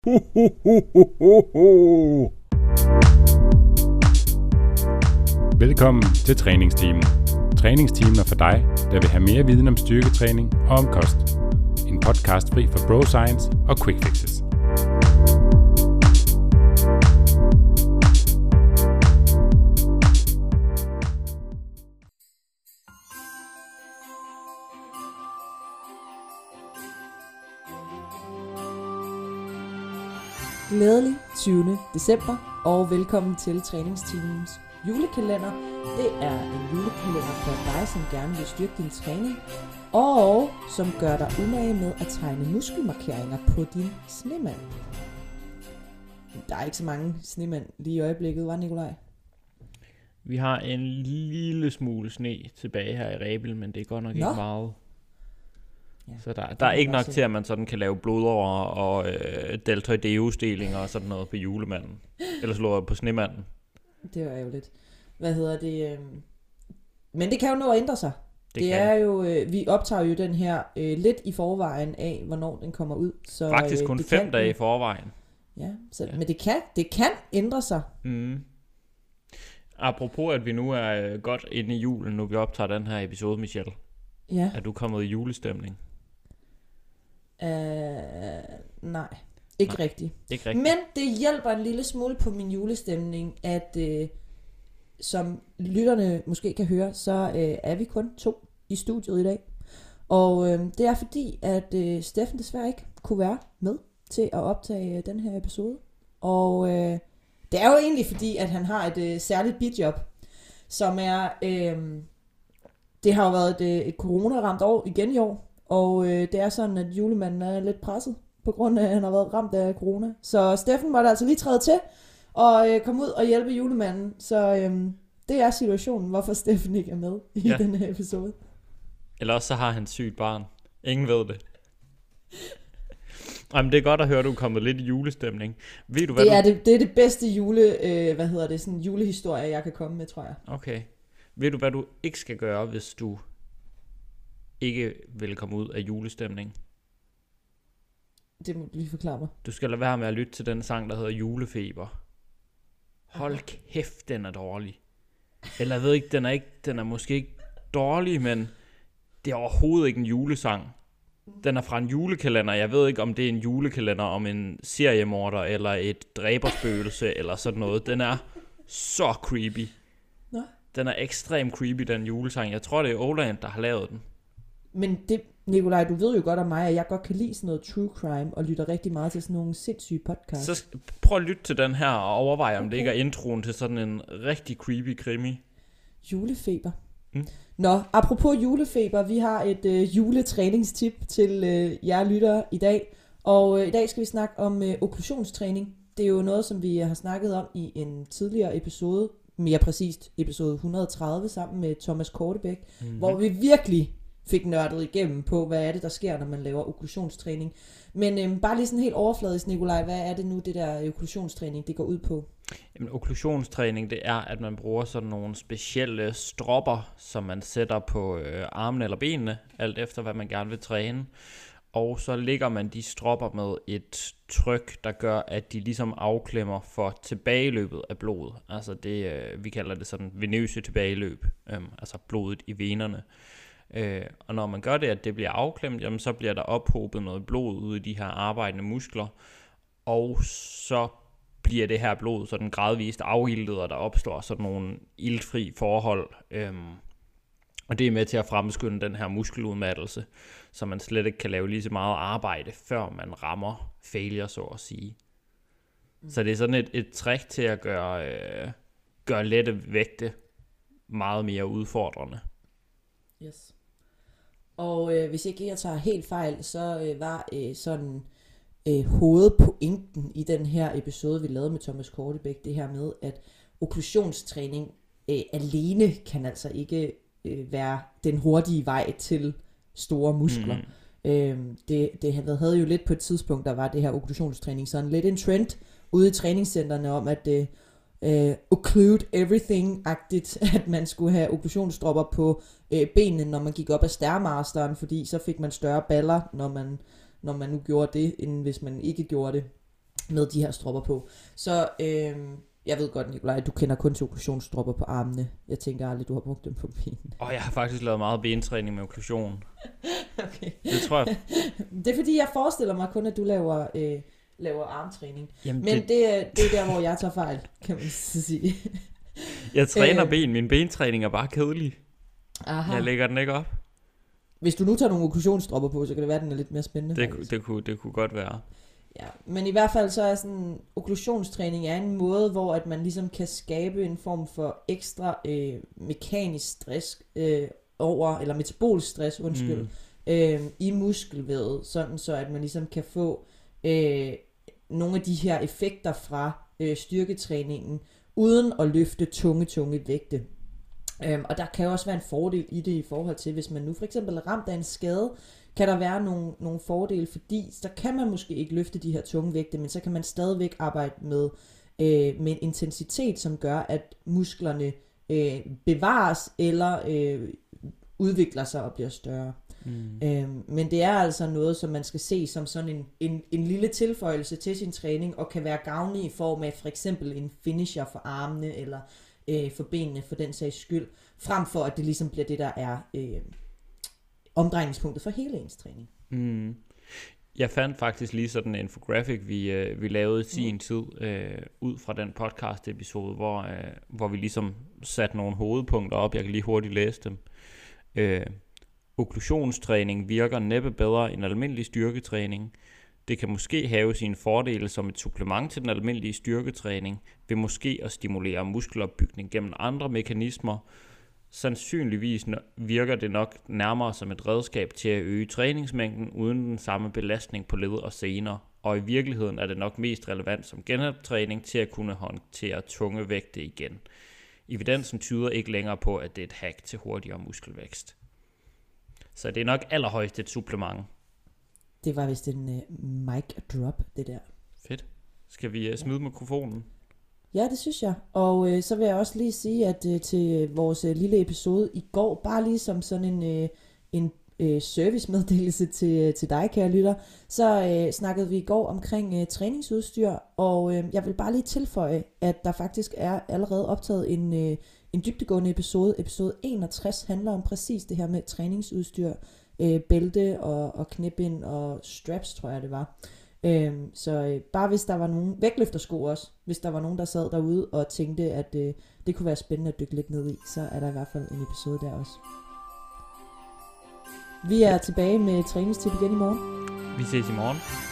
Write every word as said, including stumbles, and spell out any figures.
Ho, ho, ho, ho, ho, ho. Velkommen til træningsteamen. Træningsteamen er for dig, der vil have mere viden om styrketræning og om kost. En podcast fri for bro science og quick fixes. Glædelig tyvende december, og velkommen til træningsteamens julekalender. Det er en julekalender for dig, som gerne vil styrke din træning, og som gør dig umage med at tegne muskelmarkeringer på din snemand. Der er ikke så mange snemænd lige i øjeblikket, var Nikolaj? Vi har en lille smule sne tilbage her i Rebel, men det er godt nok Nå. ikke meget. Ja, så der, der er ikke nok se. til, at man sådan kan lave blodover og øh, deltoideus-delinger og sådan noget på julemanden. Eller slå på snemanden. Det var jo lidt. Hvad hedder det? Øh... Men det kan jo nå at ændre sig. Det, det er jo, øh, vi optager jo den her øh, lidt i forvejen af, hvornår den kommer ud. Så, Faktisk kun øh, fem kan, dage i forvejen. Ja, så, ja, men det kan, det kan ændre sig. Mm. Apropos, at vi nu er godt inde i julen, nu vi optager den her episode, Michelle. Ja. Er du kommet i julestemning? Uh, nej, ikke nej, rigtigt. Ikke rigtigt. Men det hjælper en lille smule på min julestemning, at uh, som lytterne måske kan høre, så uh, er vi kun to i studiet i dag. Og uh, det er fordi, at uh, Steffen desværre ikke kunne være med til at optage uh, den her episode. Og uh, det er jo egentlig fordi, at han har et uh, særligt bidjob, som er... Uh, det har jo været et, et corona-ramt år igen i år. Og øh, det er sådan, at julemanden er lidt presset, på grund af, at han har været ramt af corona. Så Steffen måtte altså lige træde til, og øh, komme ud og hjælpe julemanden. Så øh, det er situationen, hvorfor Steffen ikke er med i ja. den her episode. Eller også så har han sygt barn. Ingen ved det. Jamen, det er godt at høre, at du er kommet lidt i julestemning. Ved du, hvad det, er du... det, det er det bedste jule, øh, hvad hedder det, sådan julehistorie, jeg kan komme med, tror jeg. Okay. Ved du, hvad du ikke skal gøre, hvis du ikke vil komme ud af julestemning? Det må du lige forklare mig. Du skal lade være med at lytte til den sang, der hedder Julefeber. Hold kæft, den er dårlig. Eller jeg ved ikke, den er, ikke, den er måske ikke dårlig, men det er overhovedet ikke en julesang. Den er fra en julekalender. Jeg ved ikke, om det er en julekalender om en seriemorder, eller et dræberspøgelse, eller sådan noget. Den er så creepy. Nå. Den er ekstremt creepy, den julesang. Jeg tror, det er Oland, der har lavet den. Men det, Nikolaj, du ved jo godt om mig, at jeg godt kan lide sådan noget true crime, og lytter rigtig meget til sådan nogle sindssyge podcasts. Så prøv at lytte til den her, og overvej, om okay. det ikke er introen til sådan en rigtig creepy krimi. Julefeber. Mm. Nå, apropos julefeber, vi har et øh, juletræningstip til øh, jer lyttere i dag. Og øh, i dag skal vi snakke om øh, okklusionstræning. Det er jo noget, som vi har snakket om i en tidligere episode, mere præcist episode et hundrede og tredive, sammen med Thomas Kortebæk, mm-hmm. hvor vi virkelig fik nørdet igennem på, hvad er det, der sker, når man laver okklusionstræning. Men øhm, bare lige sådan helt overfladisk, Nikolaj, hvad er det nu, det der okklusionstræning, det går ud på? Jamen, okklusionstræning, det er, at man bruger sådan nogle specielle stropper, som man sætter på øh, armene eller benene, alt efter hvad man gerne vil træne. Og så lægger man de stropper med et tryk, der gør, at de ligesom afklemmer for tilbageløbet af blodet. Altså det, øh, vi kalder det sådan venøse tilbageløb, øh, altså blodet i venerne. Øh, og når man gør det, at det bliver afklemt, jamen så bliver der ophobet noget blod ude i de her arbejdende muskler, og så bliver det her blod sådan gradvist afiltet, og der opstår sådan nogle iltfri forhold, øhm, og det er med til at fremskynde den her muskeludmattelse, så man slet ikke kan lave lige så meget arbejde, før man rammer failure, så at sige. Mm. Så det er sådan et, et trick til at gøre, øh, gøre lette vægte meget mere udfordrende. Yes. Og øh, hvis ikke jeg tager helt fejl, så øh, var øh, sådan øh, hovedpointen i den her episode, vi lavede med Thomas Kortebæk, det her med, at okklusionstræning øh, alene kan altså ikke øh, være den hurtige vej til store muskler. Mm. Øh, det, det havde jo lidt på et tidspunkt, der var det her okklusionstræning, sådan lidt en trend ude i træningscentrene om, at øh, Uh, occlude everything-agtigt, at man skulle have okklusionsstropper på uh, benene, når man gik op ad Stairmasteren, fordi så fik man større baller, når man, når man nu gjorde det, end hvis man ikke gjorde det. med de her stropper på. Så øh, jeg ved godt, Nikolaj, du kender kun til okklusionsstropper på armene. Jeg tænker aldrig, du har brugt dem på benene. Og oh, jeg har faktisk lavet meget bentræning med okklusion. Okay. Det tror jeg. Det er fordi, jeg forestiller mig kun, at du laver, øh, laver armtræning. Jamen, Men det... det, er, det er der, hvor jeg tager fejl, kan man sige. Jeg træner Øh. ben. Min bentræning er bare kedelig. Aha. Jeg lægger den ikke op. Hvis du nu tager nogle okklusionsstropper på, så kan det være, at den er lidt mere spændende. Det, ku- det, kunne, det kunne godt være. Ja, men i hvert fald så er sådan, okklusionstræning er en måde, hvor at man ligesom kan skabe en form for ekstra øh, mekanisk stress øh, over, eller metabolisk stress, undskyld, mm. øh, i muskelvævet, sådan så at man ligesom kan få øh, nogle af de her effekter fra øh, styrketræningen, uden at løfte tunge, tunge vægte. Øhm, og der kan jo også være en fordel i det i forhold til, hvis man nu for eksempel er ramt af en skade, kan der være nogle, nogle fordele, fordi så kan man måske ikke løfte de her tunge vægte, men så kan man stadigvæk arbejde med, øh, med en intensitet, som gør, at musklerne øh, bevares eller øh, udvikler sig og bliver større. Mm. Øhm, men det er altså noget, som man skal se som sådan en, en, en lille tilføjelse til sin træning, og kan være gavnlig i form af for eksempel en finisher for armene, eller øh, for benene for den sags skyld, frem for at det ligesom bliver det, der er øh, omdrejningspunktet for hele ens træning. Mm. Jeg fandt faktisk lige sådan en infographic, vi, øh, vi lavede i sin mm. tid, øh, ud fra den podcast episode, hvor, øh, hvor vi ligesom satte nogle hovedpunkter op. Jeg kan lige hurtigt læse dem. Øh, Okklusionstræning virker næppe bedre end almindelig styrketræning. Det kan måske have sine fordele som et supplement til den almindelige styrketræning, ved måske at stimulere muskelopbygning gennem andre mekanismer. Sandsynligvis virker det nok nærmere som et redskab til at øge træningsmængden uden den samme belastning på led og sener, og i virkeligheden er det nok mest relevant som genoptræning til at kunne håndtere tunge vægte igen. Evidensen tyder ikke længere på, at det er et hack til hurtigere muskelvækst. Så det er nok allerhøjst et supplement. Det var vist en uh, mic drop, det der. Fedt. Skal vi uh, smide mikrofonen? Ja, det synes jeg. Og øh, så vil jeg også lige sige, at øh, til vores øh, lille episode i går, bare lige som sådan en, øh, en øh, servicemeddelelse til, til dig, kære lytter, så øh, snakkede vi i går omkring øh, træningsudstyr, og øh, jeg vil bare lige tilføje, at der faktisk er allerede optaget en, øh, en dybdegående episode. Episode enogtres handler om præcis det her med træningsudstyr, øh, bælte og, og knæbind og straps, tror jeg det var. Øhm, så øh, bare hvis der var nogen vægtløftersko også, hvis der var nogen der sad derude og tænkte at øh, det kunne være spændende at dykke lidt ned i, så er der i hvert fald en episode der også. Vi er tilbage med træningstip igen i morgen. Vi ses i morgen.